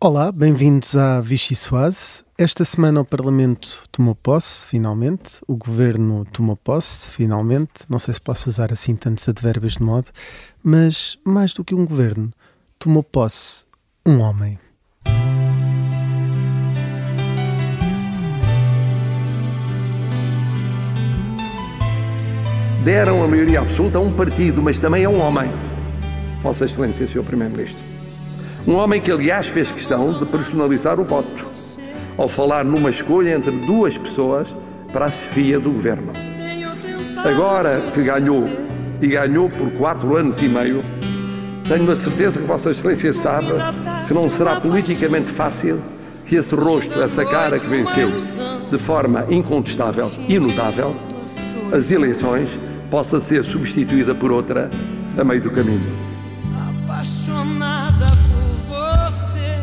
Olá, bem-vindos à Vichy Soase. Esta semana o Parlamento tomou posse, finalmente. O Governo tomou posse, finalmente. Não sei se posso usar assim tantos advérbios de modo, mas mais do que um Governo, tomou posse um homem. Deram a maioria absoluta a um partido, mas também a um homem. Vossa Excelência, Sr. Primeiro-Ministro. Um homem que, aliás, fez questão de personalizar o voto, ao falar numa escolha entre duas pessoas para a chefia do Governo. Agora que ganhou, e ganhou por 4 anos e meio, tenho a certeza que Vossa Excelência sabe que não será politicamente fácil que esse rosto, essa cara que venceu de forma incontestável e notável, as eleições, possa ser substituída por outra a meio do caminho. Apaixonada por você,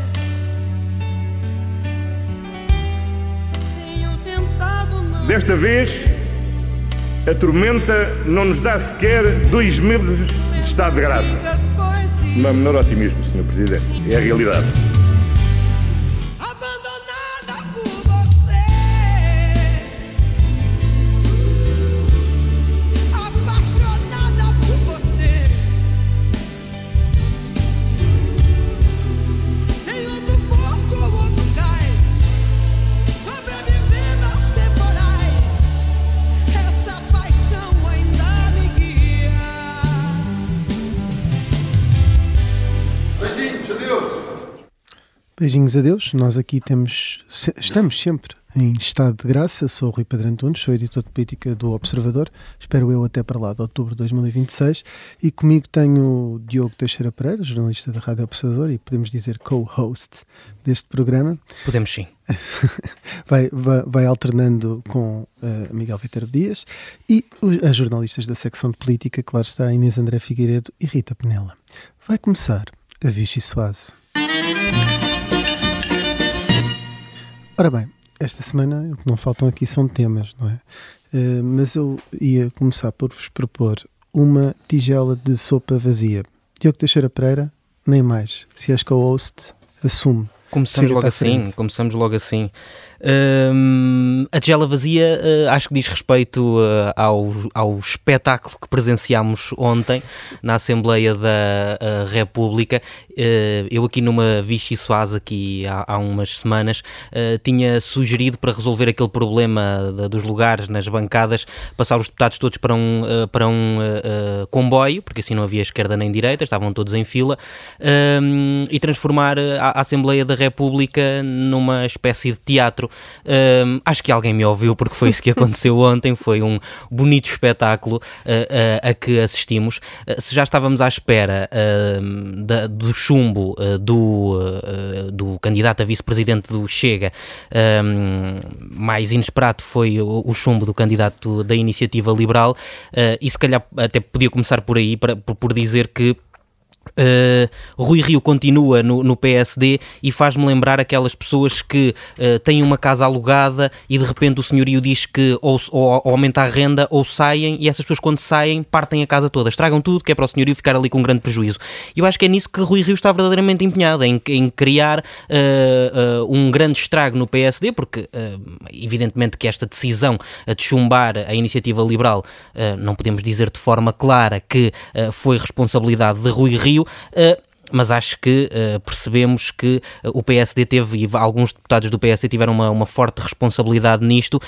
tenho tentado não... Desta vez, a tormenta não nos dá sequer 2 meses de estado de graça. Não há menor otimismo, Sr. Presidente. É a realidade. Abandonada por você, apaixonada por você, sem outro porto ou outro cais, sobrevivendo aos temporais, essa paixão ainda me guia. Beijinhos, adeus. Beijinhos a Deus. Nós aqui estamos sempre em estado de graça. Eu sou o Rui Pedro Antunes, sou editor de política do Observador. Espero eu até para lá de outubro de 2026. E comigo tenho o Diogo Teixeira Pereira, jornalista da Rádio Observador e podemos dizer co-host deste programa. Podemos sim. Vai alternando com Miguel Viterbo Dias e as jornalistas da secção de política, claro está, Inês André Figueiredo e Rita Penela. Vai começar a Vichy Soase. Ora bem, esta semana o que não faltam aqui são temas, não é? Mas eu ia começar por vos propor uma tigela de sopa vazia. Diogo Teixeira Pereira, nem mais. Se és co-host, assume. Começamos logo assim. A tigela vazia acho que diz respeito ao espetáculo que presenciámos ontem na Assembleia da República. Eu aqui numa Vichy Soase aqui há umas semanas tinha sugerido para resolver aquele problema dos lugares nas bancadas, passar os deputados todos para um comboio, porque assim não havia esquerda nem direita, estavam todos em fila, e transformar a Assembleia da República numa espécie de teatro. Acho que alguém me ouviu, porque foi isso que aconteceu ontem. Foi um bonito espetáculo a que assistimos. Se já estávamos à espera do chumbo do candidato a vice-presidente do Chega, mais inesperado foi o chumbo do candidato da Iniciativa Liberal, e se calhar até podia começar por aí, por dizer que Rui Rio continua no PSD e faz-me lembrar aquelas pessoas que têm uma casa alugada e de repente o senhorio diz que ou aumenta a renda ou saem, e essas pessoas quando saem partem a casa toda, estragam tudo, que é para o senhorio ficar ali com um grande prejuízo. E eu acho que é nisso que Rui Rio está verdadeiramente empenhado, em criar um grande estrago no PSD, porque evidentemente que esta decisão de chumbar a Iniciativa Liberal, não podemos dizer de forma clara que foi responsabilidade de Rui Rio, mas acho que percebemos que o PSD teve, e alguns deputados do PSD tiveram uma forte responsabilidade nisto,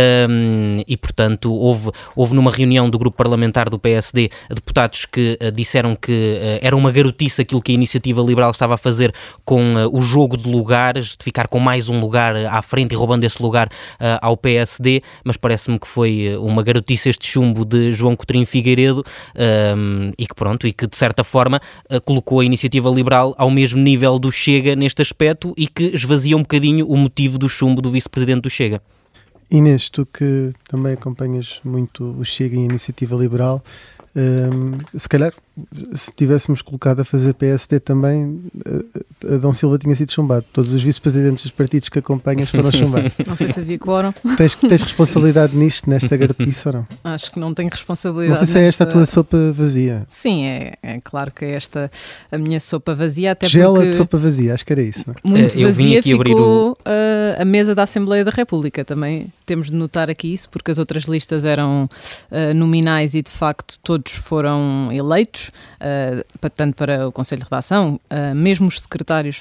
e portanto houve numa reunião do grupo parlamentar do PSD deputados que disseram que era uma garotice aquilo que a Iniciativa Liberal estava a fazer com o jogo de lugares, de ficar com mais um lugar à frente e roubando esse lugar ao PSD, mas parece-me que foi uma garotice este chumbo de João Coutinho Figueiredo, e que de certa forma colocou a Iniciativa Liberal ao mesmo nível do Chega neste aspecto, e que esvazia um bocadinho o motivo do chumbo do vice-presidente do Chega. Inês, tu que também acompanhas muito o Chega e a Iniciativa Liberal, se calhar se tivéssemos colocado a fazer PSD também, Adão Silva tinha sido chumbado. Todos os vice-presidentes dos partidos que acompanhas foram chumbados. Não sei se havia quórum. Tens responsabilidade nisto, nesta gartice ou não? Acho que não tenho responsabilidade. Não sei se é esta a tua sopa vazia. Sim, é claro que é esta a minha sopa vazia, até Gela porque de sopa vazia, acho que era isso, não é? muito Eu vim vazia aqui abrir ficou a mesa da Assembleia da República. Também temos de notar aqui isso, porque as outras listas eram nominais e de facto todos foram eleitos, tanto para o Conselho de Redação, mesmo os secretários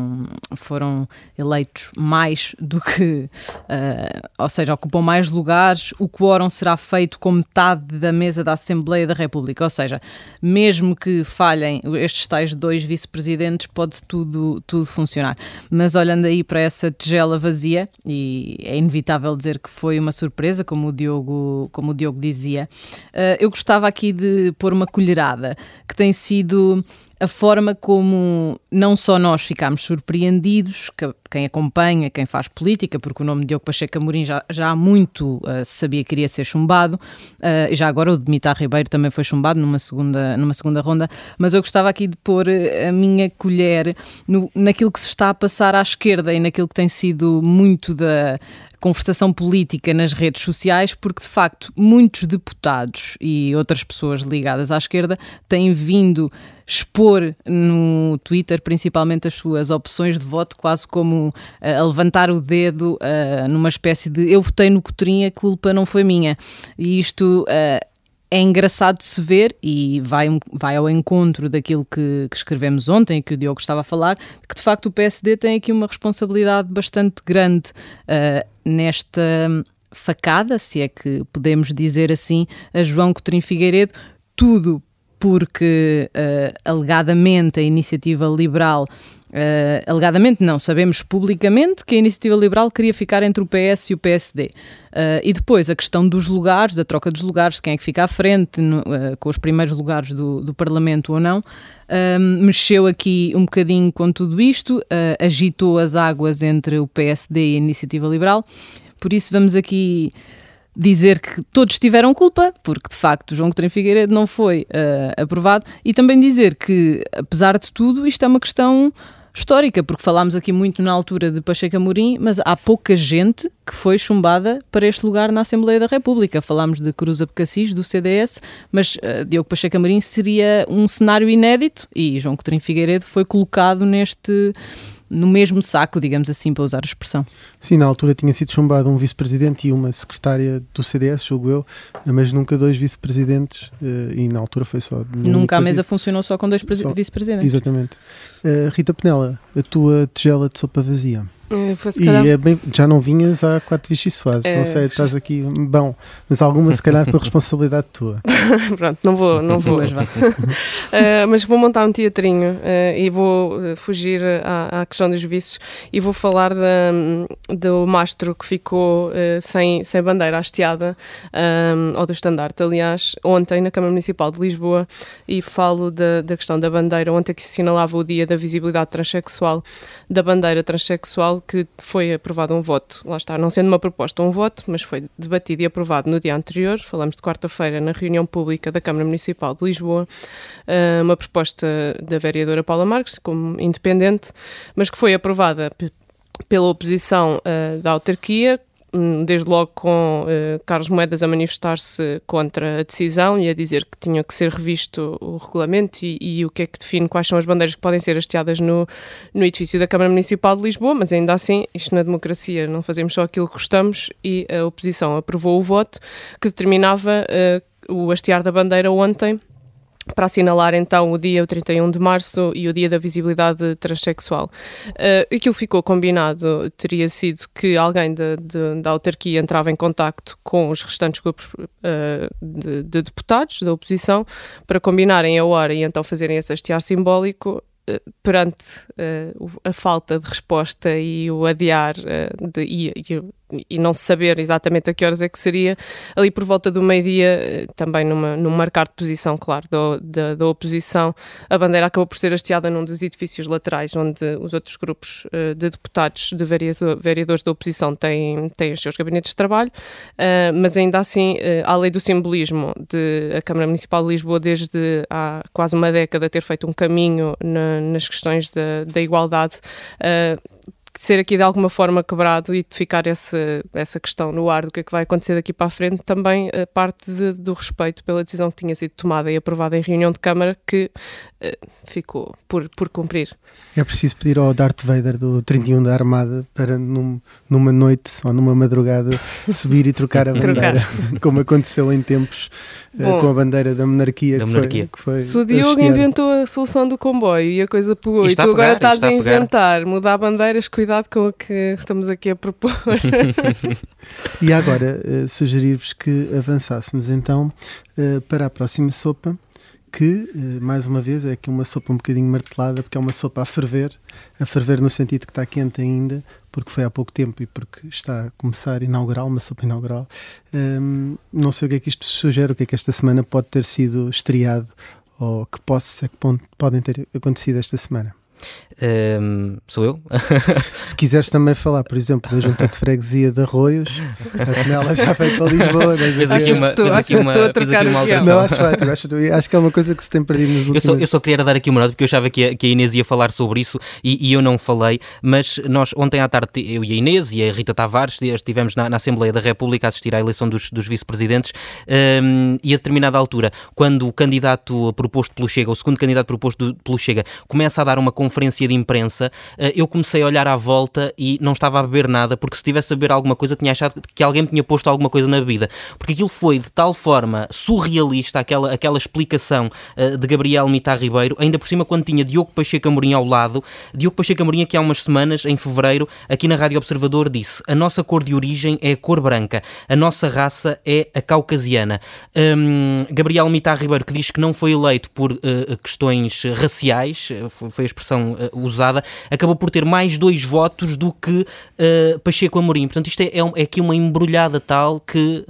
foram eleitos mais do que, ou seja, ocupam mais lugares. O quórum será feito com metade da mesa da Assembleia da República, ou seja, mesmo que falhem estes tais 2 vice-presidentes, pode tudo funcionar. Mas olhando aí para essa tigela vazia, e é inevitável dizer que foi uma surpresa, como o Diogo dizia, eu gostava aqui de pôr uma colherada, que tem sido a forma como não só nós ficámos surpreendidos, quem acompanha, quem faz política, porque o nome de Diogo Pacheco Amorim já há muito sabia que iria ser chumbado, e já agora o de Dimitar Ribeiro também foi chumbado numa segunda ronda, mas eu gostava aqui de pôr a minha colher naquilo que se está a passar à esquerda e naquilo que tem sido muito da conversação política nas redes sociais, porque de facto muitos deputados e outras pessoas ligadas à esquerda têm vindo expor no Twitter principalmente as suas opções de voto, quase como a levantar o dedo numa espécie de eu votei no Cotrim, a culpa não foi minha. E isto é engraçado de se ver e vai ao encontro daquilo que escrevemos ontem e que o Diogo estava a falar, que de facto o PSD tem aqui uma responsabilidade bastante grande nesta facada, se é que podemos dizer assim, a João Coutinho Figueiredo, tudo porque alegadamente a Iniciativa Liberal, alegadamente não, sabemos publicamente que a Iniciativa Liberal queria ficar entre o PS e o PSD. E depois a questão dos lugares, da troca dos lugares, quem é que fica à frente, com os primeiros lugares do Parlamento ou não, mexeu aqui um bocadinho com tudo isto, agitou as águas entre o PSD e a Iniciativa Liberal. Por isso vamos aqui dizer que todos tiveram culpa, porque de facto João Coutinho Figueiredo não foi aprovado, e também dizer que, apesar de tudo, isto é uma questão histórica, porque falámos aqui muito na altura de Pacheco Amorim, mas há pouca gente que foi chumbada para este lugar na Assembleia da República. Falámos de Cruz Abcacis, do CDS, mas Diogo Pacheco Amorim seria um cenário inédito e João Coutinho Figueiredo foi colocado no mesmo saco, digamos assim, para usar a expressão. Sim, na altura tinha sido chumbado um vice-presidente e uma secretária do CDS, julgo eu, mas nunca 2 vice-presidentes, e na altura foi só... Nunca a mesa funcionou só com 2 vice-presidentes. Exatamente. Rita Penela, a tua tigela de sopa vazia. Calhar... já não vinhas há 4 vichisuados, não sei, estás aqui, bom, mas alguma se calhar por responsabilidade tua. Pronto, não vou. Mas vou montar um teatrinho e vou fugir à questão dos vices e vou falar do mastro que ficou sem bandeira hasteada, ou do estandarte, aliás, ontem na Câmara Municipal de Lisboa, e falo da questão da bandeira, ontem que se assinalava o dia da visibilidade transexual, da bandeira transexual, que foi aprovado um voto, lá está, não sendo uma proposta, um voto, mas foi debatido e aprovado no dia anterior, falamos de quarta-feira, na reunião pública da Câmara Municipal de Lisboa, uma proposta da vereadora Paula Marques, como independente, mas que foi aprovada pela oposição da autarquia, desde logo com Carlos Moedas a manifestar-se contra a decisão e a dizer que tinha que ser revisto o regulamento e o que é que define quais são as bandeiras que podem ser hasteadas no edifício da Câmara Municipal de Lisboa, mas ainda assim, isto na democracia, não fazemos só aquilo que gostamos, e a oposição aprovou o voto que determinava o hastear da bandeira ontem, para assinalar então o 31 de março e o dia da visibilidade transexual. Aquilo ficou combinado, teria sido que alguém da autarquia entrava em contacto com os restantes grupos de deputados da oposição para combinarem a hora e então fazerem esse hastear simbólico. Perante a falta de resposta e o adiar e não se saber exatamente a que horas é que seria, ali por volta do meio-dia, também num marcar de posição, claro, da oposição, a bandeira acabou por ser hasteada num dos edifícios laterais, onde os outros grupos de deputados, de vereadores da oposição têm os seus gabinetes de trabalho, mas ainda assim, à lei do simbolismo de a Câmara Municipal de Lisboa, desde há quase uma década, ter feito um caminho nas questões da igualdade, ser aqui de alguma forma quebrado e de ficar essa questão no ar do que é que vai acontecer daqui para a frente, também parte do respeito pela decisão que tinha sido tomada e aprovada em reunião de Câmara, que ficou por cumprir. É preciso pedir ao Darth Vader do 31 da Armada para numa noite ou numa madrugada subir e trocar a bandeira, como aconteceu em tempos com a bandeira da monarquia. Que foi se o Diogo inventou a solução do comboio e a coisa pegou, e tu agora estás a inventar, mudar bandeiras, cuidado com o que estamos aqui a propor. E agora, sugerir-vos que avançássemos então para a próxima sopa, que, mais uma vez, é aqui uma sopa um bocadinho martelada, porque é uma sopa a ferver no sentido que está quente ainda, porque foi há pouco tempo e porque está a começar inaugural, uma sopa inaugural. Não sei o que é que isto sugere, o que é que esta semana pode ter sido estreado, ou que podem ter acontecido esta semana. Sou eu? Se quiseres também falar, por exemplo, da Junta de Freguesia de Arroios, a Penela já veio para Lisboa. Acho que é uma coisa que se tem perdido nos últimos... Eu só queria dar aqui uma nota, porque eu achava que a Inês ia falar sobre isso e eu não falei, mas nós ontem à tarde, eu e a Inês e a Rita Tavares estivemos na Assembleia da República a assistir à eleição dos vice-presidentes, e a determinada altura, quando o candidato proposto pelo Chega, o segundo candidato proposto pelo Chega, começa a dar uma conferência de imprensa, eu comecei a olhar à volta e não estava a beber nada, porque se estivesse a beber alguma coisa tinha achado que alguém me tinha posto alguma coisa na bebida, porque aquilo foi de tal forma surrealista, aquela explicação de Gabriel Mitar Ribeiro, ainda por cima quando tinha Diogo Pacheco Amorim ao lado. Diogo Pacheco Amorim, aqui há umas semanas, em fevereiro, aqui na Rádio Observador, disse: a nossa cor de origem é a cor branca, a nossa raça é a caucasiana. Gabriel Mitar Ribeiro, que diz que não foi eleito por questões raciais, foi a expressão usada, acabou por ter mais 2 votos do que Pacheco Amorim. Portanto, isto é aqui uma embrulhada tal que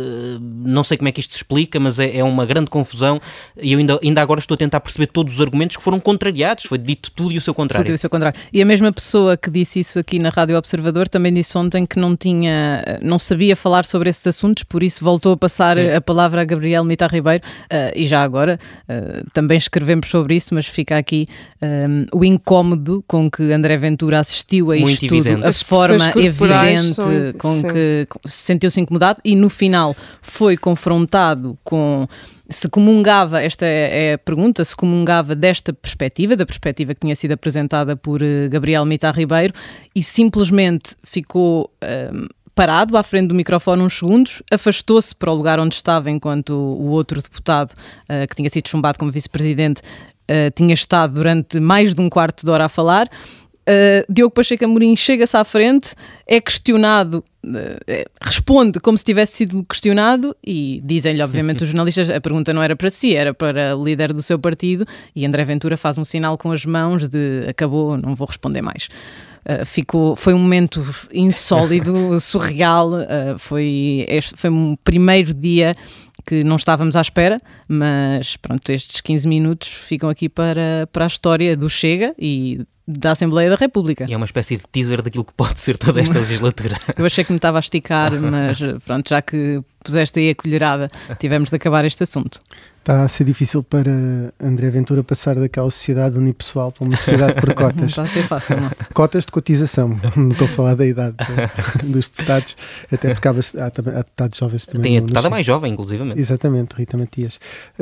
não sei como é que isto se explica, mas é uma grande confusão, e eu ainda agora estou a tentar perceber todos os argumentos que foram contrariados. Foi dito tudo e o seu contrário. Tudo e o seu contrário. E a mesma pessoa que disse isso aqui na Rádio Observador também disse ontem que não sabia falar sobre esses assuntos, por isso voltou a passar a palavra a Gabriel Mitar Ribeiro, e já agora também escrevemos sobre isso, mas fica aqui o incómodo com que André Ventura assistiu a isto tudo, evidente. A forma evidente com que sentiu-se incomodado, e no final foi confrontado com se comungava, esta é a pergunta, se comungava desta perspectiva, da perspectiva que tinha sido apresentada por Gabriel Mitar Ribeiro, e simplesmente ficou parado à frente do microfone uns segundos, afastou-se para o lugar onde estava, enquanto o outro deputado, que tinha sido chumbado como vice-presidente, tinha estado durante mais de um quarto de hora a falar. Diogo Pacheco Amorim chega-se à frente, é questionado, responde como se tivesse sido questionado, e dizem-lhe, obviamente, os jornalistas, a pergunta não era para si, era para o líder do seu partido, e André Ventura faz um sinal com as mãos de acabou, não vou responder mais. Foi um momento insólito, surreal, foi um primeiro dia que não estávamos à espera, mas pronto, estes 15 minutos ficam aqui para a história do Chega e da Assembleia da República. E é uma espécie de teaser daquilo que pode ser toda esta legislatura. Eu achei que me estava a esticar, mas pronto, já que puseste aí a colherada, tivemos de acabar este assunto. Está a ser difícil para André Ventura passar daquela sociedade unipessoal para uma sociedade por cotas. Não está a ser fácil, não. Cotas de cotização, não estou a falar da idade dos deputados, até porque há deputados jovens também. Tem a deputada mais jovem, inclusivamente. Exatamente, Rita Matias.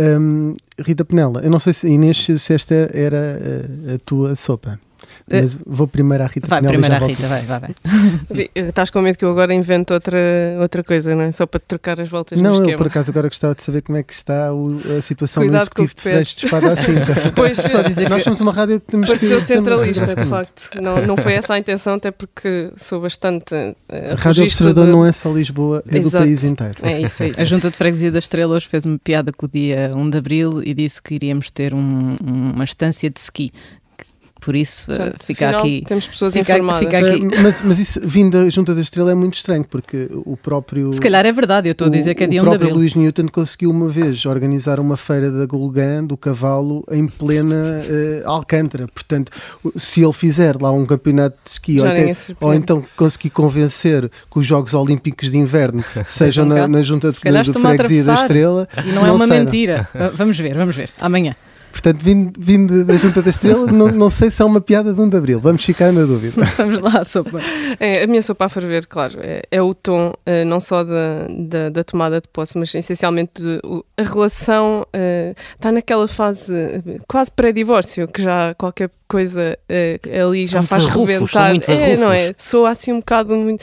Rita Penela, eu não sei se, Inês, se esta era a tua sopa. Mas vou primeiro à Rita. Vai, primeiro à Rita, vai. Estás com medo que eu agora invente outra coisa, não é? Só para te trocar as voltas no esquema. Não, eu por acaso agora gostava de saber como é que está a situação no executivo de Freixo de Espada à Cinta. Pois, só dizer nós somos uma rádio que temos pareceu centralista, de facto. Não foi essa a intenção, até porque sou bastante a Rádio Observador não é só Lisboa, é do país inteiro. É isso. A Junta de Freguesia da Estrela hoje fez-me piada com o dia 1 de Abril e disse que iríamos ter uma estância de ski. Por isso, Portanto, fica afinal, aqui. temos pessoas fica informadas. aqui. Mas isso, vindo da Junta da Estrela, é muito estranho, porque o próprio... Se calhar é verdade, eu estou a dizer que é dia 1 de O abril. próprio Luís Newton conseguiu uma vez organizar uma feira da Gulgã, do cavalo, em plena Alcântara. Portanto, se ele fizer lá um campeonato de esqui, ou então conseguir convencer que os Jogos Olímpicos de Inverno sejam na Junta de Freguesia da Estrela... E não é uma mentira. Vamos ver, amanhã. Portanto, vindo da Junta da Estrela, não sei se é uma piada de 1 de Abril. Vamos ficar na dúvida. Vamos lá, a sopa. A minha sopa a ferver, claro, é o tom, não só da tomada de posse, mas essencialmente a relação está naquela fase quase pré-divórcio, que já qualquer coisa ali já faz rebentar. Não é? Soa assim um bocado muito...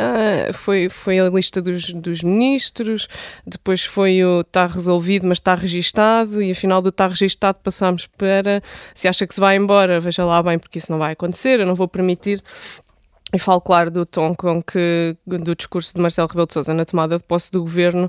foi a lista dos ministros, depois foi o está resolvido, mas está registado, e afinal do está registado passámos para se acha que se vai embora, veja lá bem, porque isso não vai acontecer, eu não vou permitir. E falo, claro, do tom do discurso de Marcelo Rebelo de Sousa na tomada de posse do governo,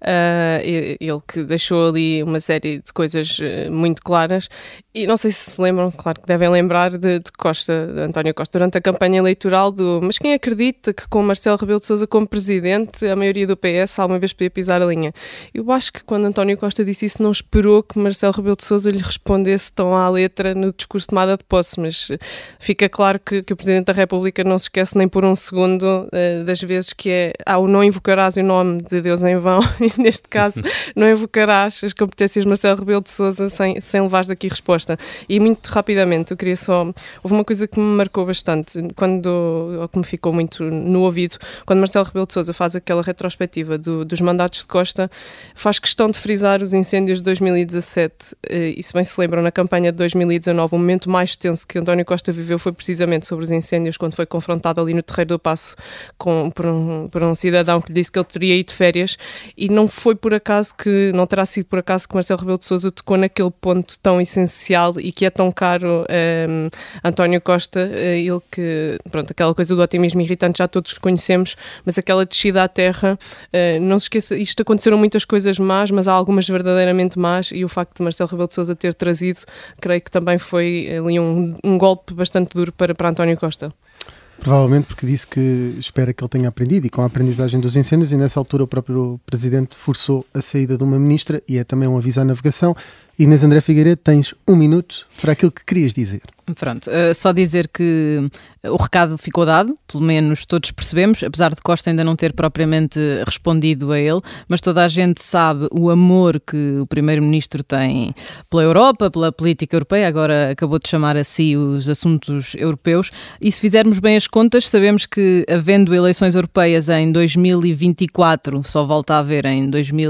ele que deixou ali uma série de coisas muito claras, e não sei se lembram, claro que devem lembrar de António Costa, durante a campanha eleitoral mas quem acredita que com Marcelo Rebelo de Sousa como presidente, a maioria do PS alguma vez podia pisar a linha? Eu acho que quando António Costa disse isso, não esperou que Marcelo Rebelo de Sousa lhe respondesse tão à letra no discurso de tomada de posse, mas fica claro que o Presidente da República não se esquece nem por um segundo das vezes que o não invocarás o nome de Deus em vão, e neste caso não invocarás as competências de Marcelo Rebelo de Sousa sem levares daqui resposta. E muito rapidamente, eu queria houve uma coisa que me marcou bastante, ou que me ficou muito no ouvido, quando Marcelo Rebelo de Sousa faz aquela retrospectiva dos mandatos de Costa, faz questão de frisar os incêndios de 2017, e se bem se lembram, na campanha de 2019, o momento mais tenso que António Costa viveu foi precisamente sobre os incêndios, quando foi confrontado ali no Terreiro do Paço por um cidadão que lhe disse que ele teria ido de férias, e não terá sido por acaso que Marcelo Rebelo de Sousa tocou naquele ponto tão essencial e que é tão caro António Costa, ele que, pronto, aquela coisa do otimismo irritante já todos conhecemos, mas aquela descida à terra, não se esqueça, isto aconteceram muitas coisas más, mas há algumas verdadeiramente más, e o facto de Marcelo Rebelo de Sousa ter trazido, creio que também foi ali um golpe bastante duro para António Costa. Provavelmente porque disse que espera que ele tenha aprendido, e com a aprendizagem dos incêndios, e nessa altura o próprio Presidente forçou a saída de uma ministra, e é também um aviso à navegação. Inês André Figueiredo, tens 1 minuto para aquilo que querias dizer. Pronto, só dizer que o recado ficou dado, pelo menos todos percebemos, apesar de Costa ainda não ter propriamente respondido a ele, mas toda a gente sabe o amor que o Primeiro-Ministro tem pela Europa, pela política europeia, agora acabou de chamar a si os assuntos europeus, e se fizermos bem as contas, sabemos que, havendo eleições europeias em 2024, só volta a haver em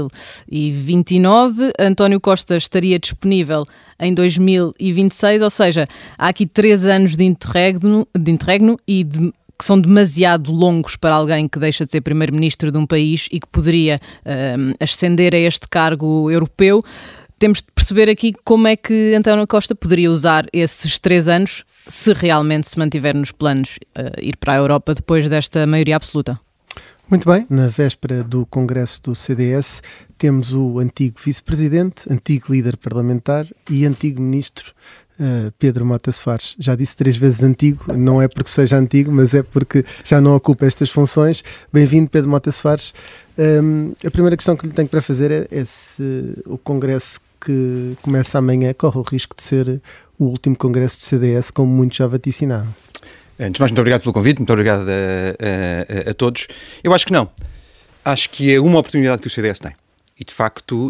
2029, António Costa estaria disponível em 2026, ou seja, há aqui 3 anos de interregno e que são demasiado longos para alguém que deixa de ser primeiro-ministro de um país e que poderia ascender a este cargo europeu. Temos de perceber aqui como é que António Costa poderia usar esses 3 anos se realmente se mantiver nos planos ir para a Europa depois desta maioria absoluta. Muito bem, na véspera do congresso do CDS temos o antigo vice-presidente, antigo líder parlamentar e antigo ministro Pedro Mota Soares. Já disse 3 vezes antigo, não é porque seja antigo, mas é porque já não ocupa estas funções. Bem-vindo, Pedro Mota Soares. A primeira questão que lhe tenho para fazer é se o congresso que começa amanhã corre o risco de ser o último congresso do CDS, como muitos já vaticinaram. Antes de mais, muito obrigado pelo convite, muito obrigado a todos. Eu acho que não. Acho que é uma oportunidade que o CDS tem. E, de facto,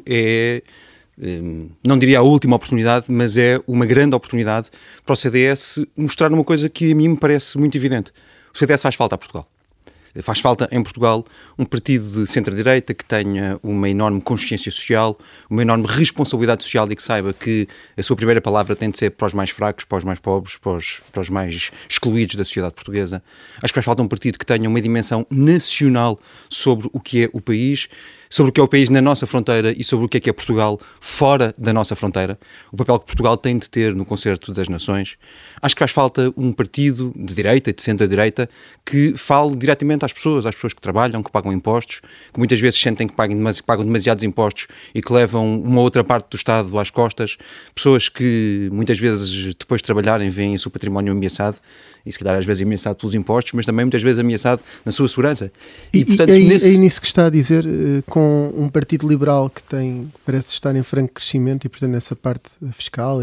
não diria a última oportunidade, mas é uma grande oportunidade para o CDS mostrar uma coisa que a mim me parece muito evidente. O CDS faz falta a Portugal. Faz falta em Portugal um partido de centro-direita que tenha uma enorme consciência social, uma enorme responsabilidade social e que saiba que a sua primeira palavra tem de ser para os mais fracos, para os mais pobres, para os mais excluídos da sociedade portuguesa. Acho que faz falta um partido que tenha uma dimensão nacional sobre o que é o país, sobre o que é o país na nossa fronteira e sobre o que é Portugal fora da nossa fronteira, o papel que Portugal tem de ter no concerto das nações. Acho que faz falta um partido de direita e de centro-direita que fale diretamente às pessoas que trabalham, que pagam impostos, que muitas vezes sentem que pagam demasiados impostos e que levam uma outra parte do Estado às costas, pessoas que muitas vezes, depois de trabalharem, veem o seu património ameaçado, e se calhar às vezes ameaçado pelos impostos, mas também muitas vezes ameaçado na sua segurança. Portanto, é nisso que está a dizer, com um partido liberal que parece estar em franco crescimento e, portanto, nessa parte fiscal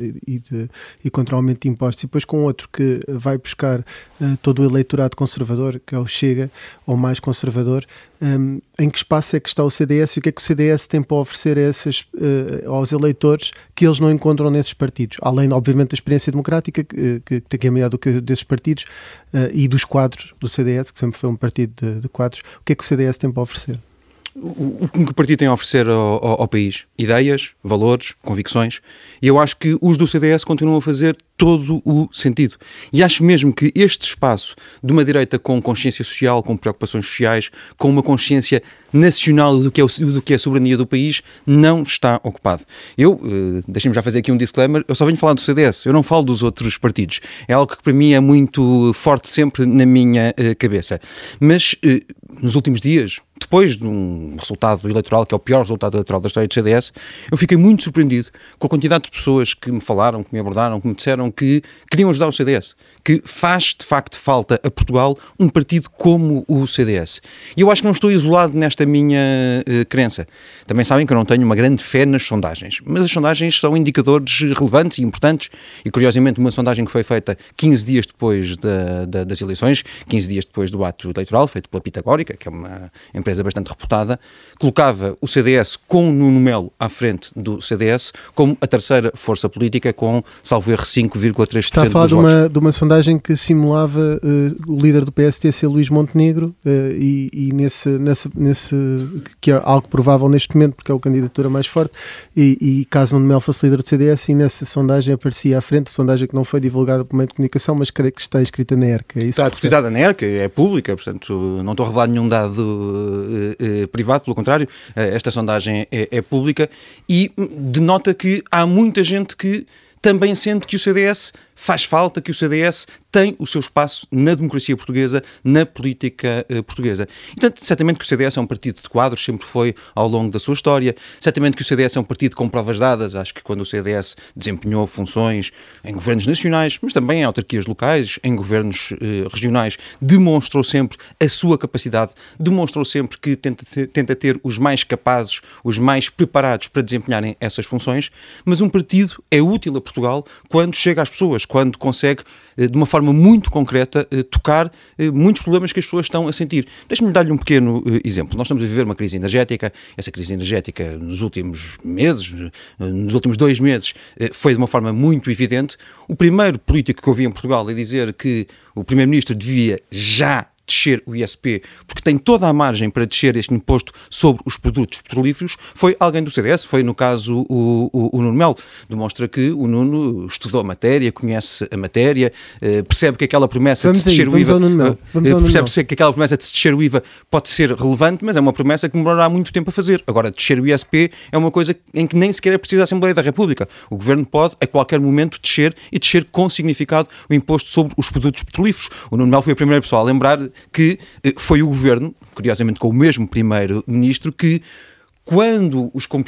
e contra o aumento de impostos, e depois com outro que vai buscar todo o eleitorado conservador, que é o Chega, ou mais conservador, em que espaço é que está o CDS e o que é que o CDS tem para oferecer aos eleitores que eles não encontram nesses partidos? Além, obviamente, da experiência democrática, que é maior do que desses partidos, e dos quadros do CDS, que sempre foi um partido de quadros. O que é que o CDS tem para oferecer? O que o partido tem a oferecer ao país? Ideias, valores, convicções. E eu acho que os do CDS continuam a fazer todo o sentido. E acho mesmo que este espaço de uma direita com consciência social, com preocupações sociais, com uma consciência nacional do que é a soberania do país, não está ocupado. Deixem-me já fazer aqui um disclaimer, eu só venho falar do CDS, eu não falo dos outros partidos. É algo que para mim é muito forte sempre na minha cabeça. Mas nos últimos dias, depois de um resultado eleitoral, que é o pior resultado eleitoral da história do CDS, eu fiquei muito surpreendido com a quantidade de pessoas que me falaram, que me abordaram, que me disseram que queriam ajudar o CDS, que faz de facto falta a Portugal um partido como o CDS. E eu acho que não estou isolado nesta minha crença. Também sabem que eu não tenho uma grande fé nas sondagens, mas as sondagens são indicadores relevantes e importantes, e curiosamente uma sondagem que foi feita 15 dias depois das eleições, 15 dias depois do ato eleitoral, feito pela Pitagórica, que é uma empresa bastante reputada, colocava o CDS com Nuno Melo à frente do CDS como a terceira força política, com, salvo erro, 5,3% Está a falar de uma sondagem que simulava o líder do PST ser Luís Montenegro, e que é algo provável neste momento, porque é a candidatura mais forte, e caso Nuno Melo fosse líder do CDS, e nessa sondagem aparecia à frente, sondagem que não foi divulgada por meio de comunicação, mas creio que está escrita na ERC. É isso está escrita na ERC, é pública, portanto não estou a revelar nenhum dado privado, pelo contrário, esta sondagem é pública e denota que há muita gente que também sente que o CDS faz falta, que o CDS tem o seu espaço na democracia portuguesa, na política portuguesa. E, portanto, certamente que o CDS é um partido de quadros, sempre foi ao longo da sua história, certamente que o CDS é um partido com provas dadas, acho que quando o CDS desempenhou funções em governos nacionais, mas também em autarquias locais, em governos regionais, demonstrou sempre a sua capacidade, demonstrou sempre que tenta ter os mais capazes, os mais preparados para desempenharem essas funções, mas um partido é útil a Portugal quando chega às pessoas, quando consegue, de uma forma muito concreta, tocar muitos problemas que as pessoas estão a sentir. Deixe-me dar-lhe um pequeno exemplo. Nós estamos a viver uma crise energética. Essa crise energética, nos últimos meses, nos últimos 2 meses, foi de uma forma muito evidente. O primeiro político que eu vi em Portugal a dizer que o Primeiro-Ministro devia já descer o ISP, porque tem toda a margem para descer este imposto sobre os produtos petrolíferos, foi alguém do CDS, foi no caso o Nuno Melo. Demonstra que o Nuno estudou a matéria, conhece a matéria, percebe que aquela promessa de descer o IVA, percebe que aquela promessa de descer o IVA pode ser relevante, mas é uma promessa que demorará muito tempo a fazer. Agora, descer o ISP é uma coisa em que nem sequer é preciso a Assembleia da República. O Governo pode, a qualquer momento, descer e descer com significado o imposto sobre os produtos petrolíferos. O Nuno Melo foi a primeira pessoa a lembrar que foi o Governo, curiosamente com o mesmo Primeiro-Ministro, que quando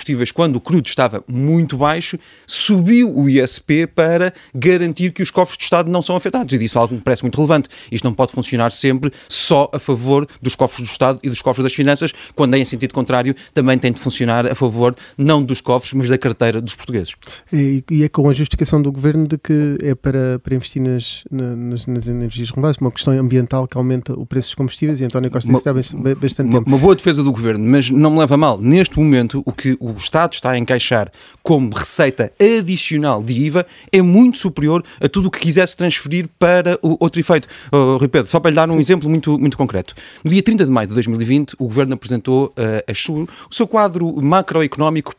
o crudo estava muito baixo, subiu o ISP para garantir que os cofres do Estado não são afetados. E disse algo que me parece muito relevante. Isto não pode funcionar sempre só a favor dos cofres do Estado e dos cofres das finanças, quando em sentido contrário também tem de funcionar a favor não dos cofres, mas da carteira dos portugueses. E é com a justificação do Governo de que é para investir nas energias renováveis, uma questão ambiental que aumenta o preço dos combustíveis, e António Costa disse há bastante tempo. Uma boa defesa do Governo, mas não me leva a mal. Neste momento, o que o Estado está a encaixar como receita adicional de IVA é muito superior a tudo o que quisesse transferir para o outro efeito. Rui Pedro, só para lhe dar um exemplo muito, muito concreto. No dia 30 de maio de 2020, o Governo apresentou o seu quadro macroeconómico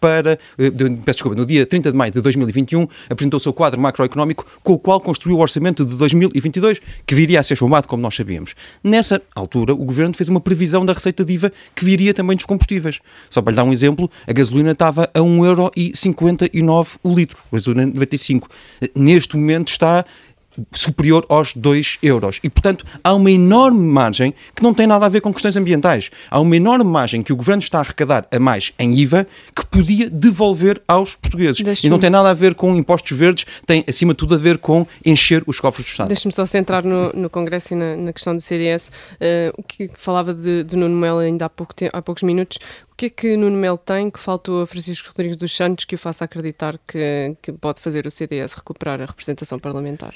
no dia 30 de maio de 2021, apresentou o seu quadro macroeconómico com o qual construiu o orçamento de 2022, que viria a ser chumbado, como nós sabíamos. Nessa altura, o Governo fez uma previsão da receita de IVA que viria também dos combustíveis. Só para lhe dar um exemplo, a gasolina estava a 1,59€ o litro, a gasolina 95. Neste momento está superior aos 2 euros. E, portanto, há uma enorme margem que não tem nada a ver com questões ambientais. Há uma enorme margem que o Governo está a arrecadar a mais em IVA que podia devolver aos portugueses. E não tem nada a ver com impostos verdes, tem, acima de tudo, a ver com encher os cofres do Estado. Deixe-me só centrar no Congresso e na questão do CDS. O que falava de Nuno Melo ainda há poucos minutos. O que é que Nuno Melo tem que faltou a Francisco Rodrigues dos Santos que o faça acreditar que pode fazer o CDS recuperar a representação parlamentar?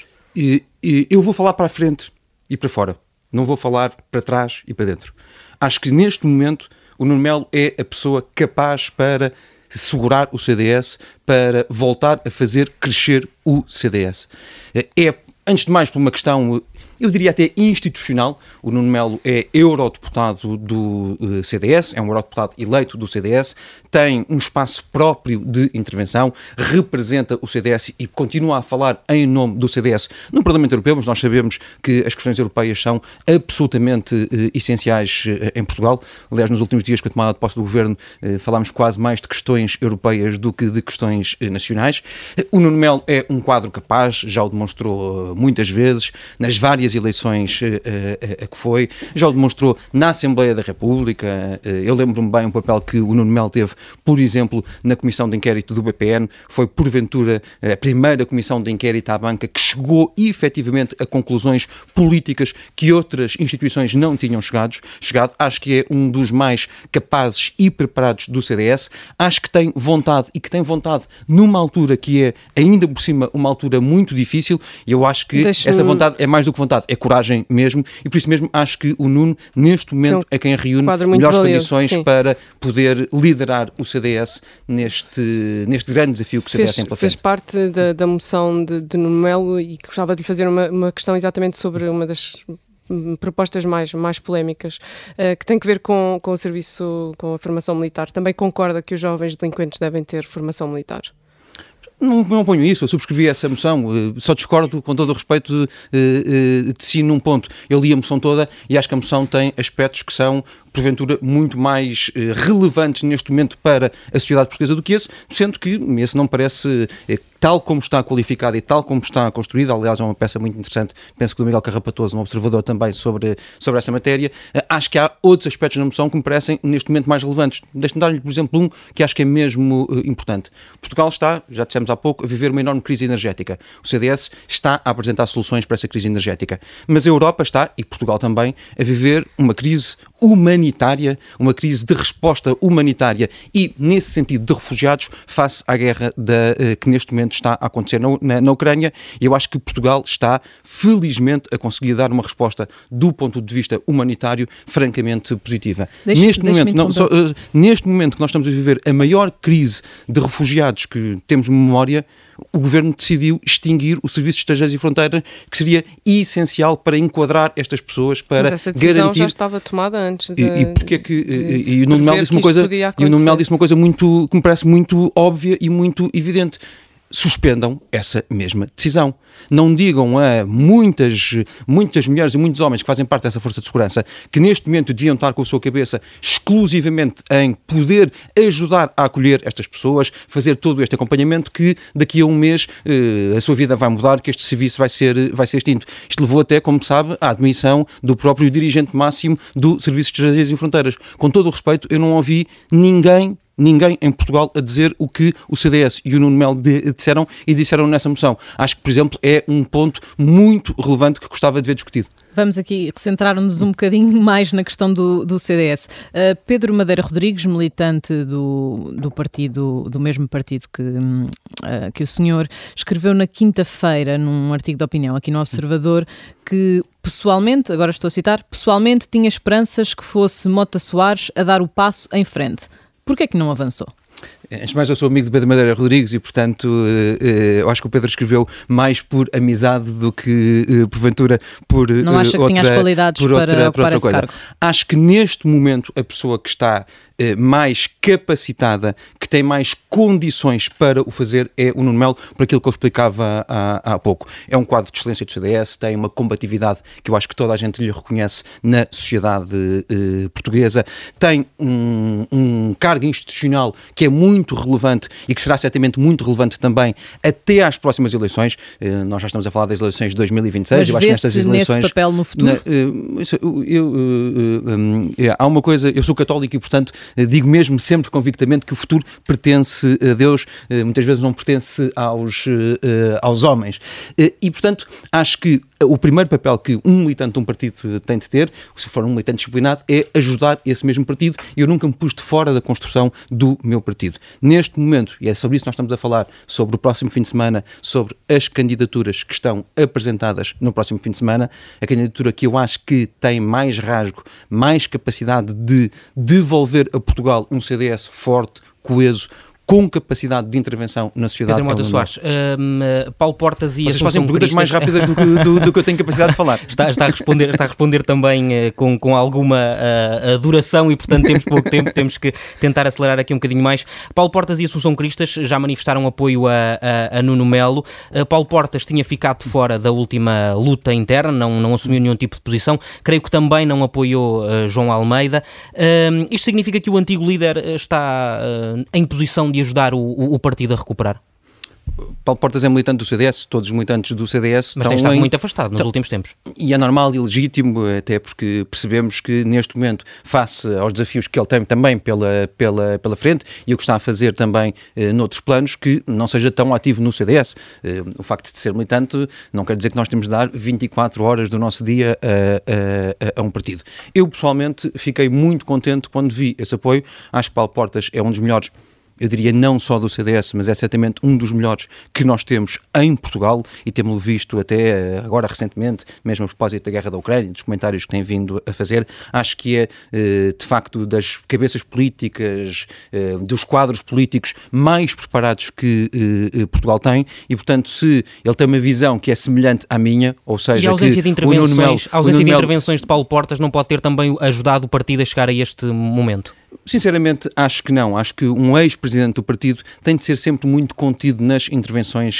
Eu vou falar para a frente e para fora. Não vou falar para trás e para dentro. Acho que neste momento o Nuno Melo é a pessoa capaz para segurar o CDS, para voltar a fazer crescer o CDS. É, antes de mais, por uma questão, eu diria até institucional. O Nuno Melo é eurodeputado do CDS, é um eurodeputado eleito do CDS, tem um espaço próprio de intervenção, representa o CDS e continua a falar em nome do CDS no Parlamento Europeu, mas nós sabemos que as questões europeias são absolutamente essenciais em Portugal. Aliás, nos últimos dias, com a tomada de posse do Governo, falámos quase mais de questões europeias do que de questões nacionais. O Nuno Melo é um quadro capaz, já o demonstrou muitas vezes, nas várias eleições a que foi, já o demonstrou na Assembleia da República. Eu lembro-me bem o papel que o Nuno Melo teve, por exemplo, na Comissão de Inquérito do BPN, foi porventura a primeira Comissão de Inquérito à banca que chegou efetivamente a conclusões políticas que outras instituições não tinham chegado. Acho que é um dos mais capazes e preparados do CDS. Acho que tem vontade, e que tem vontade numa altura que é, ainda por cima, uma altura muito difícil, e eu acho que essa vontade é mais do que vontade, é coragem mesmo, e por isso mesmo acho que o Nuno, neste momento, é quem reúne melhores condições para poder liderar o CDS neste grande desafio que o CDS tem pela frente. Fez parte da moção de Nuno Melo e gostava de lhe fazer uma questão exatamente sobre uma das propostas mais polémicas, que tem que ver com o serviço, com a formação militar. Também concorda que os jovens delinquentes devem ter formação militar? Não ponho isso, eu subscrevi essa moção, só discordo com todo o respeito de si num ponto. Eu li a moção toda e acho que a moção tem aspectos que são, porventura, muito mais relevantes neste momento para a sociedade portuguesa do que esse, sendo que esse não parece, tal como está qualificado e tal como está construído. Aliás, é uma peça muito interessante, penso que do Miguel Carrapatoso, um observador também sobre essa matéria. Acho que há outros aspectos na moção que me parecem neste momento mais relevantes. Deixe-me dar-lhe, por exemplo, um que acho que é mesmo importante. Portugal está, já dissemos há pouco, a viver uma enorme crise energética. O CDS está a apresentar soluções para essa crise energética. Mas a Europa está, e Portugal também, a viver uma crise humanitária, uma crise de resposta humanitária e, nesse sentido, de refugiados face à guerra que neste momento está a acontecer na Ucrânia. E eu acho que Portugal está, felizmente, a conseguir dar uma resposta do ponto de vista humanitário francamente positiva. Neste momento que nós estamos a viver a maior crise de refugiados que temos memória, o Governo decidiu extinguir o Serviço de Estrangeiros e Fronteiras, que seria essencial para enquadrar estas pessoas, para garantir... Mas essa decisão garantir... já estava tomada antes de... E porque é que... E o Nuno Melo disse uma coisa muito, que me parece muito óbvia e muito evidente. Suspendam essa mesma decisão. Não digam a muitas mulheres e muitos homens que fazem parte dessa força de segurança que neste momento deviam estar com a sua cabeça exclusivamente em poder ajudar a acolher estas pessoas, fazer todo este acompanhamento, que daqui a um mês a sua vida vai mudar, que este serviço vai ser extinto. Isto levou até, como sabe, à admissão do próprio dirigente máximo do Serviço de Estrangeiros e Fronteiras. Com todo o respeito, eu não ouvi ninguém em Portugal a dizer o que o CDS e o Nuno Melo disseram nessa moção. Acho que, por exemplo, é um ponto muito relevante que gostava de ver discutido. Vamos aqui centrar-nos um bocadinho mais na questão do CDS. Pedro Madeira Rodrigues, militante do mesmo partido que o senhor, escreveu na quinta-feira, num artigo de opinião aqui no Observador, que pessoalmente, agora estou a citar, pessoalmente tinha esperanças que fosse Mota Soares a dar o passo em frente. Porquê é que não avançou? Antes de mais, eu sou amigo de Pedro Madeira Rodrigues e, portanto, eu acho que o Pedro escreveu mais por amizade do que, porventura, por outra coisa. Não acha que tinha as qualidades para ocupar esse cargo? Acho que, neste momento, a pessoa que está mais capacitada, que tem mais condições para o fazer, é o Nuno Melo, por aquilo que eu explicava há pouco. É um quadro de excelência do CDS, tem uma combatividade que eu acho que toda a gente lhe reconhece na sociedade portuguesa, tem um cargo institucional que é muito muito relevante e que será certamente muito relevante também até às próximas eleições. Nós já estamos a falar das eleições de 2026. Mas eu acho que nestas eleições, nesse papel no futuro? Há uma coisa, eu sou católico e, portanto, digo mesmo sempre convictamente que o futuro pertence a Deus, muitas vezes não pertence aos homens. E, portanto, acho que o primeiro papel que um militante de um partido tem de ter, se for um militante disciplinado, é ajudar esse mesmo partido, e eu nunca me pus de fora da construção do meu partido. Neste momento, e é sobre isso que nós estamos a falar, sobre o próximo fim de semana, sobre as candidaturas que estão apresentadas no próximo fim de semana, a candidatura que eu acho que tem mais rasgo, mais capacidade de devolver a Portugal um CDS forte, coeso, com capacidade de intervenção na sociedade. Pedro Mota Soares, Paulo Portas e Vocês fazem perguntas mais rápidas do que eu tenho capacidade de falar. Está a responder também com alguma duração e, portanto, temos pouco tempo, temos que tentar acelerar aqui um bocadinho mais. Paulo Portas e Assunção Cristas já manifestaram apoio a Nuno Melo. Paulo Portas tinha ficado fora da última luta interna, não assumiu nenhum tipo de posição. Creio que também não apoiou João Almeida. Isto significa que o antigo líder está em posição de ajudar o partido a recuperar? Paulo Portas é militante do CDS, todos os militantes do CDS mas tem estado muito afastado nos últimos tempos. E é normal e legítimo, até porque percebemos que neste momento, face aos desafios que ele tem também pela frente, e o que está a fazer também noutros planos, que não seja tão ativo no CDS. O facto de ser militante não quer dizer que nós temos de dar 24 horas do nosso dia a um partido. Eu, pessoalmente, fiquei muito contente quando vi esse apoio. Acho que Paulo Portas é um dos melhores, eu diria não só do CDS, mas é certamente um dos melhores que nós temos em Portugal, e temos-lo visto até agora recentemente, mesmo a propósito da guerra da Ucrânia, dos comentários que tem vindo a fazer. Acho que é, de facto, das cabeças políticas, dos quadros políticos mais preparados que Portugal tem, e, portanto, se ele tem uma visão que é semelhante à minha, ou seja, e a ausência que de intervenções de Paulo Portas não pode ter também ajudado o partido a chegar a este momento? Sinceramente, acho que não. Acho que um ex-presidente do partido tem de ser sempre muito contido nas intervenções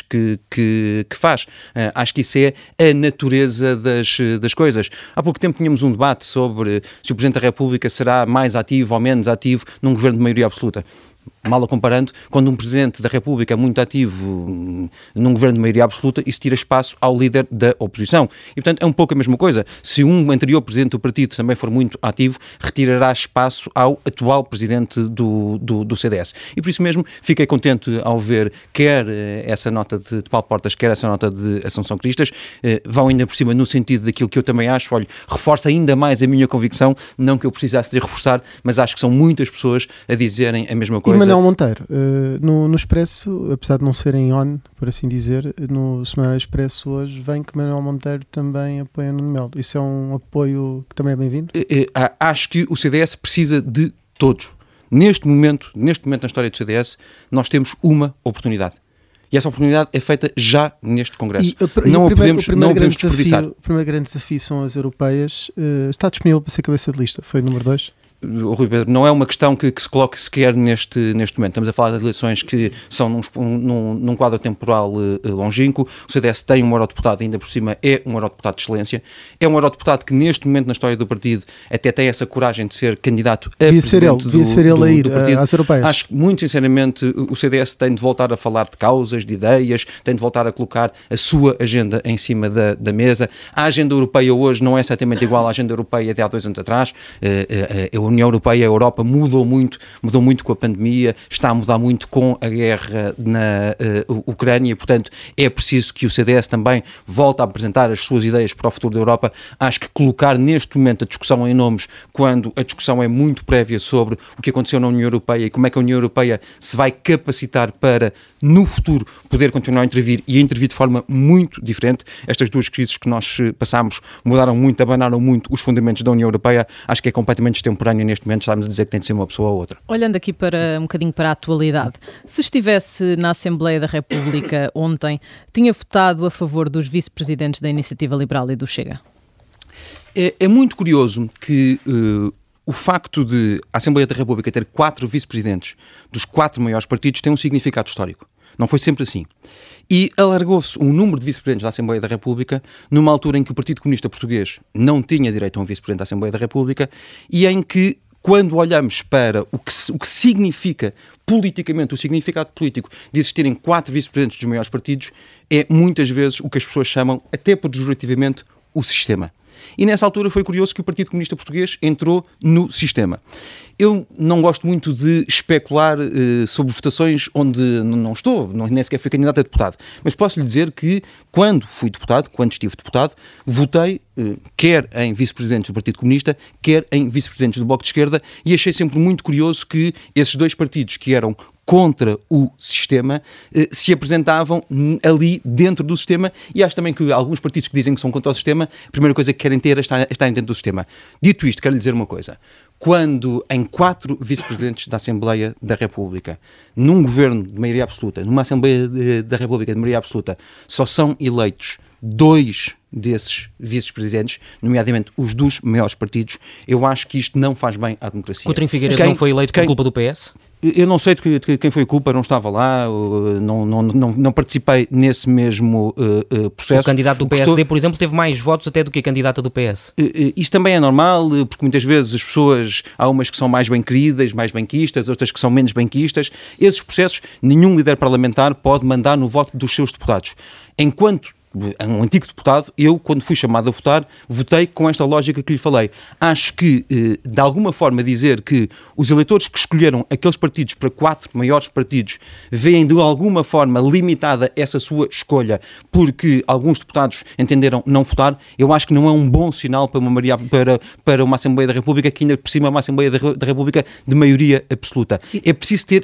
que faz. Acho que isso é a natureza das coisas. Há pouco tempo tínhamos um debate sobre se o Presidente da República será mais ativo ou menos ativo num governo de maioria absoluta. Mal a comparando, quando um Presidente da República é muito ativo num governo de maioria absoluta, isso tira espaço ao líder da oposição. E, portanto, é um pouco a mesma coisa. Se um anterior Presidente do partido também for muito ativo, retirará espaço ao atual Presidente do CDS. E por isso mesmo fiquei contente ao ver quer essa nota de Paulo Portas, quer essa nota de Assunção Cristas, vão ainda por cima no sentido daquilo que eu também acho, reforça ainda mais a minha convicção, não que eu precisasse de reforçar, mas acho que são muitas pessoas a dizerem a mesma coisa. E Manuel Monteiro, no Expresso, apesar de não serem on, por assim dizer, no Semanário Expresso hoje vem que Manuel Monteiro também apoia Nuno Melo. Isso é um apoio que também é bem-vindo? Acho que o CDS precisa de todos. Neste momento na história do CDS, nós temos uma oportunidade. E essa oportunidade é feita já neste Congresso. Não podemos desperdiçar. O primeiro grande desafio são as europeias. Está disponível para ser cabeça de lista? Foi o número 2? Rui Pedro, não é uma questão que se coloque sequer neste momento. Estamos a falar de eleições que são num quadro temporal longínquo. O CDS tem um eurodeputado, ainda por cima é um eurodeputado de excelência. É um eurodeputado que neste momento na história do partido até tem essa coragem de ser candidato a presidente devia ser ele a ir às europeias. Acho que, muito sinceramente, o CDS tem de voltar a falar de causas, de ideias, tem de voltar a colocar a sua agenda em cima da mesa. A agenda europeia hoje não é certamente igual à agenda europeia de há 2 anos atrás. A União Europeia, a Europa mudou muito com a pandemia, está a mudar muito com a guerra na Ucrânia, portanto é preciso que o CDS também volte a apresentar as suas ideias para o futuro da Europa. Acho que colocar neste momento a discussão em nomes, quando a discussão é muito prévia sobre o que aconteceu na União Europeia e como é que a União Europeia se vai capacitar para, no futuro, poder continuar a intervir e a intervir de forma muito diferente. Estas 2 crises que nós passámos mudaram muito, abanaram muito os fundamentos da União Europeia. Acho que é completamente extemporâneo neste momento estarmos a dizer que tem de ser uma pessoa ou outra. Olhando aqui um bocadinho para a atualidade, se estivesse na Assembleia da República ontem, tinha votado a favor dos vice-presidentes da Iniciativa Liberal e do Chega? É muito curioso que o facto de a Assembleia da República ter 4 vice-presidentes dos 4 maiores partidos tem um significado histórico. Não foi sempre assim. E alargou-se o número de vice-presidentes da Assembleia da República numa altura em que o Partido Comunista Português não tinha direito a um vice-presidente da Assembleia da República e em que quando olhamos para o que significa politicamente, o significado político de existirem 4 vice-presidentes dos maiores partidos, é muitas vezes o que as pessoas chamam, até pejorativamente, o sistema. E nessa altura foi curioso que o Partido Comunista Português entrou no sistema. Eu não gosto muito de especular sobre votações onde não estou, nem sequer fui candidato a deputado, mas posso lhe dizer que quando fui deputado, quando estive deputado, votei quer em vice-presidentes do Partido Comunista, quer em vice-presidentes do Bloco de Esquerda, e achei sempre muito curioso que esses 2 partidos que eram contra o sistema se apresentavam ali dentro do sistema, e acho também que alguns partidos que dizem que são contra o sistema, a primeira coisa que querem ter é estarem dentro do sistema. Dito isto, quero lhe dizer uma coisa. Quando em 4 vice-presidentes da Assembleia da República, num governo de maioria absoluta, numa Assembleia da República de maioria absoluta, só são eleitos 2 desses vice-presidentes, nomeadamente os dos maiores partidos, eu acho que isto não faz bem à democracia. Coutinho Figueiredo não foi eleito por culpa do PS? Eu não sei de quem foi a culpa, não estava lá, não participei nesse mesmo processo. O candidato do PSD, por exemplo, teve mais votos até do que a candidata do PS. Isso também é normal, porque muitas vezes as pessoas, há umas que são mais bem queridas, mais benquistas, outras que são menos benquistas. Esses processos, nenhum líder parlamentar pode mandar no voto dos seus deputados. Enquanto um antigo deputado, eu, quando fui chamado a votar, votei com esta lógica que lhe falei. Acho que, de alguma forma, dizer que os eleitores que escolheram aqueles partidos para 4 maiores partidos veem, de alguma forma, limitada essa sua escolha porque alguns deputados entenderam não votar, eu acho que não é um bom sinal para uma Assembleia da República, que ainda por cima é uma Assembleia da República de maioria absoluta. É preciso ter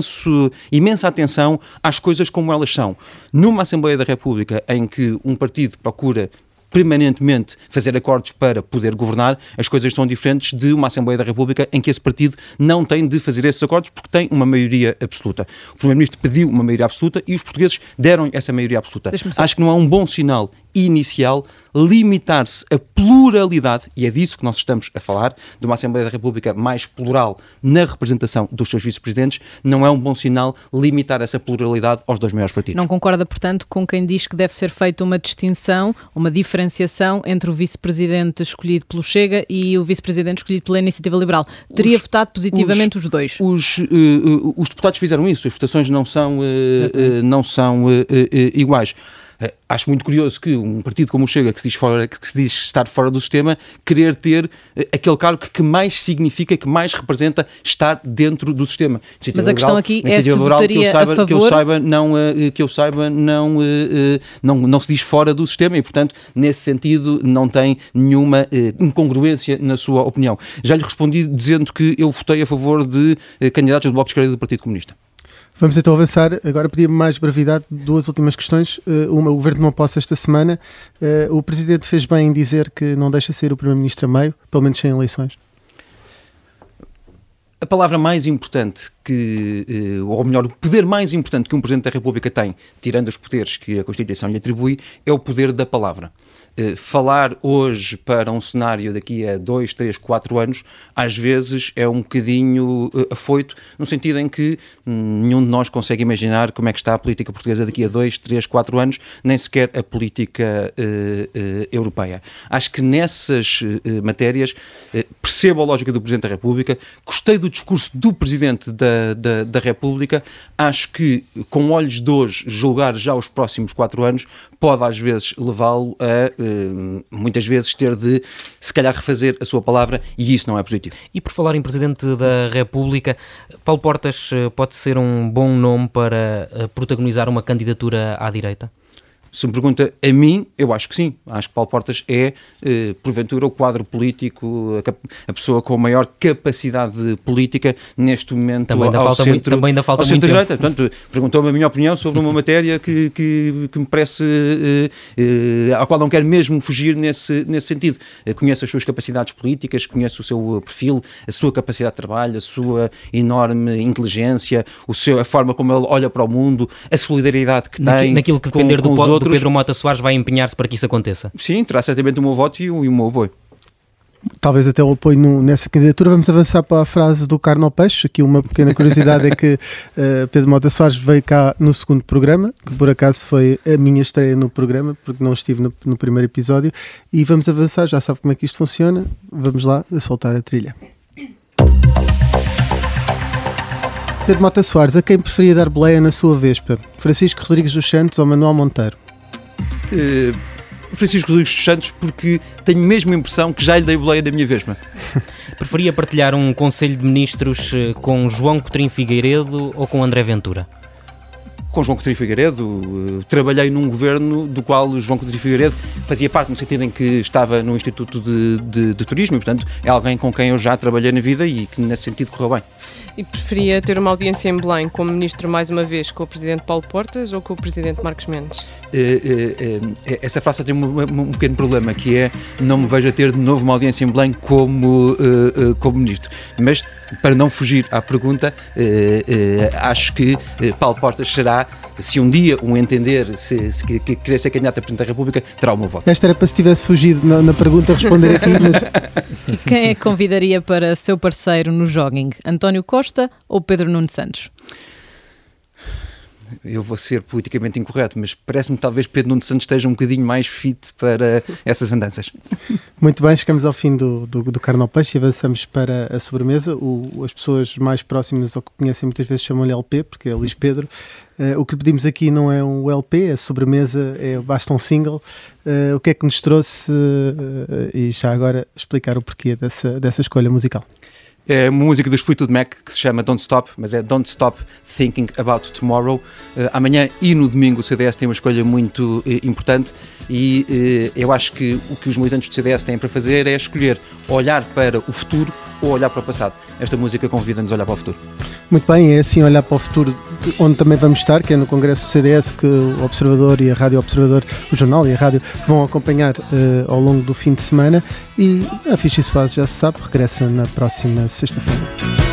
imensa atenção às coisas como elas são. Numa Assembleia da República em que um partido procura permanentemente fazer acordos para poder governar, as coisas são diferentes de uma Assembleia da República em que esse partido não tem de fazer esses acordos porque tem uma maioria absoluta. O Primeiro-Ministro pediu uma maioria absoluta e os portugueses deram essa maioria absoluta. Acho que não é um bom sinal inicial limitar-se a pluralidade, e é disso que nós estamos a falar, de uma Assembleia da República mais plural na representação dos seus vice-presidentes, não é um bom sinal limitar essa pluralidade aos 2 maiores partidos. Não concorda, portanto, com quem diz que deve ser feita uma distinção, uma diferenciação entre o vice-presidente escolhido pelo Chega e o vice-presidente escolhido pela Iniciativa Liberal. Teria votado positivamente os 2? Os deputados fizeram isso, as votações não são iguais. Acho muito curioso que um partido como o Chega, que se diz estar fora do sistema, querer ter aquele cargo que mais significa, que mais representa estar dentro do sistema. Mas a questão aqui é se votaria a favor... Que eu saiba, não se diz fora do sistema e, portanto, nesse sentido, não tem nenhuma incongruência na sua opinião. Já lhe respondi dizendo que eu votei a favor de candidatos do Bloco de Esquerda e do Partido Comunista. Vamos então avançar. Agora pedir mais brevidade. 2 últimas questões. O Governo não posse esta semana. O Presidente fez bem em dizer que não deixa sair o Primeiro-Ministro a meio, pelo menos sem eleições? A palavra mais importante ou melhor, o poder mais importante que um Presidente da República tem, tirando os poderes que a Constituição lhe atribui, é o poder da palavra. Falar hoje para um cenário daqui a 2, 3, 4 anos, às vezes é um bocadinho afoito, no sentido em que nenhum de nós consegue imaginar como é que está a política portuguesa daqui a 2, 3, 4 anos, nem sequer a política europeia. Acho que nessas matérias percebo a lógica do Presidente da República, gostei do discurso do Presidente da República, acho que com olhos de hoje julgar já os próximos 4 anos pode às vezes levá-lo a muitas vezes ter de se calhar refazer a sua palavra, e isso não é positivo. E por falar em Presidente da República, Paulo Portas pode ser um bom nome para protagonizar uma candidatura à direita? Se me pergunta a mim, eu acho que sim. Acho que Paulo Portas é, porventura, o quadro político, a pessoa com a maior capacidade política neste momento também ainda falta muito direita. Portanto, perguntou-me a minha opinião sobre uma matéria que me parece, ao qual não quero mesmo fugir nesse sentido. Conheço as suas capacidades políticas, conheço o seu perfil, a sua capacidade de trabalho, a sua enorme inteligência, a forma como ele olha para o mundo, a solidariedade que tem naquilo que depender do Pedro Mota Soares vai empenhar-se para que isso aconteça. Sim, terá certamente o meu voto e o meu apoio. Talvez até o apoio nessa candidatura. Vamos avançar para a frase do Carne ao Peixe. Aqui uma pequena curiosidade é que Pedro Mota Soares veio cá no 2º programa, que por acaso foi a minha estreia no programa, porque não estive no primeiro episódio, e vamos avançar, já sabe como é que isto funciona. Vamos lá, a soltar a trilha. Pedro Mota Soares, a quem preferia dar boleia na sua Vespa? Francisco Rodrigues dos Santos ou Manuel Monteiro? Francisco Rodrigues dos Santos, porque tenho mesmo a impressão que já lhe dei boleia na minha Vespa. Preferia partilhar um Conselho de Ministros com João Coutinho Figueiredo ou com André Ventura? Com João Coutinho Figueiredo, trabalhei num governo do qual João Coutinho Figueiredo fazia parte, no sentido em que estava no Instituto de Turismo, e portanto é alguém com quem eu já trabalhei na vida e que nesse sentido correu bem. E preferia ter uma audiência em Belém como ministro mais uma vez com o Presidente Paulo Portas ou com o Presidente Marcos Mendes? Essa frase tem um pequeno problema, que é: não me vejo a ter de novo uma audiência em Belém como ministro. Mas, para não fugir à pergunta, acho que Paulo Portas será, se um dia um entender que querer ser candidato a Presidente da República, terá o meu voto. Esta era para, se tivesse fugido na pergunta, responder aqui, mas... Quem é que convidaria para seu parceiro no jogging? António Costa ou Pedro Nuno Santos? Eu vou ser politicamente incorreto, mas parece-me que talvez Pedro Nuno Santos esteja um bocadinho mais fit para essas andanças. Muito bem, chegamos ao fim do Carne ao Peixe e avançamos para a sobremesa. As pessoas mais próximas ou que conhecem muitas vezes chamam-lhe LP, porque é Luís Pedro. O que lhe pedimos aqui não é um LP, a sobremesa basta um single. O que é que nos trouxe e já agora explicar o porquê dessa escolha musical? É uma música dos Fleetwood Mac que se chama Don't Stop, mas é Don't Stop Thinking About Tomorrow. Amanhã e no domingo o CDS tem uma escolha muito importante e eu acho que o que os militantes do CDS têm para fazer é escolher olhar para o futuro ou olhar para o passado. Esta música convida-nos a olhar para o futuro. Muito bem, é assim olhar para o futuro, onde também vamos estar, que é no Congresso do CDS, que o Observador e a Rádio Observador, o jornal e a rádio, vão acompanhar ao longo do fim de semana. E a Ficha e Soares, já se sabe, regressa na próxima sexta-feira.